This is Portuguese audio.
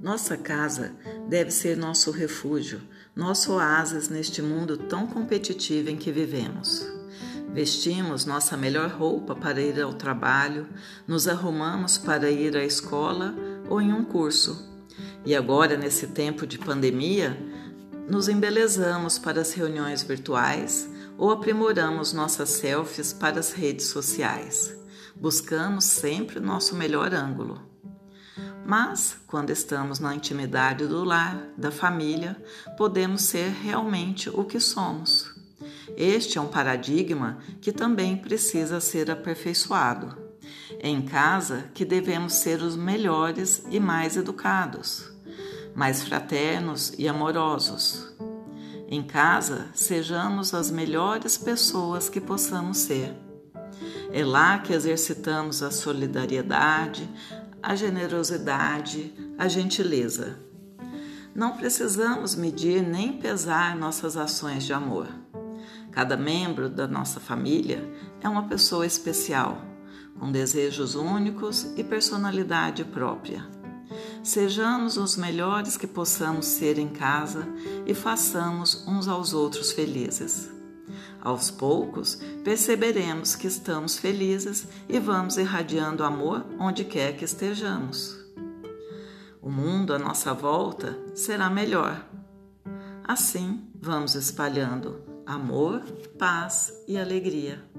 Nossa casa deve ser nosso refúgio, nosso oásis neste mundo tão competitivo em que vivemos. Vestimos nossa melhor roupa para ir ao trabalho, nos arrumamos para ir à escola ou em um curso. E agora, nesse tempo de pandemia, nos embelezamos para as reuniões virtuais ou aprimoramos nossas selfies para as redes sociais. Buscamos sempre o nosso melhor ângulo. Mas, quando estamos na intimidade do lar, da família, podemos ser realmente o que somos. Este é um paradigma que também precisa ser aperfeiçoado. É em casa que devemos ser os melhores e mais educados, mais fraternos e amorosos. Em casa, sejamos as melhores pessoas que possamos ser. É lá que exercitamos a solidariedade, a generosidade, a gentileza. Não precisamos medir nem pesar nossas ações de amor. Cada membro da nossa família é uma pessoa especial, com desejos únicos e personalidade própria. Sejamos os melhores que possamos ser em casa e façamos uns aos outros felizes. Aos poucos, perceberemos que estamos felizes e vamos irradiando amor onde quer que estejamos. O mundo à nossa volta será melhor. Assim, vamos espalhando amor, paz e alegria.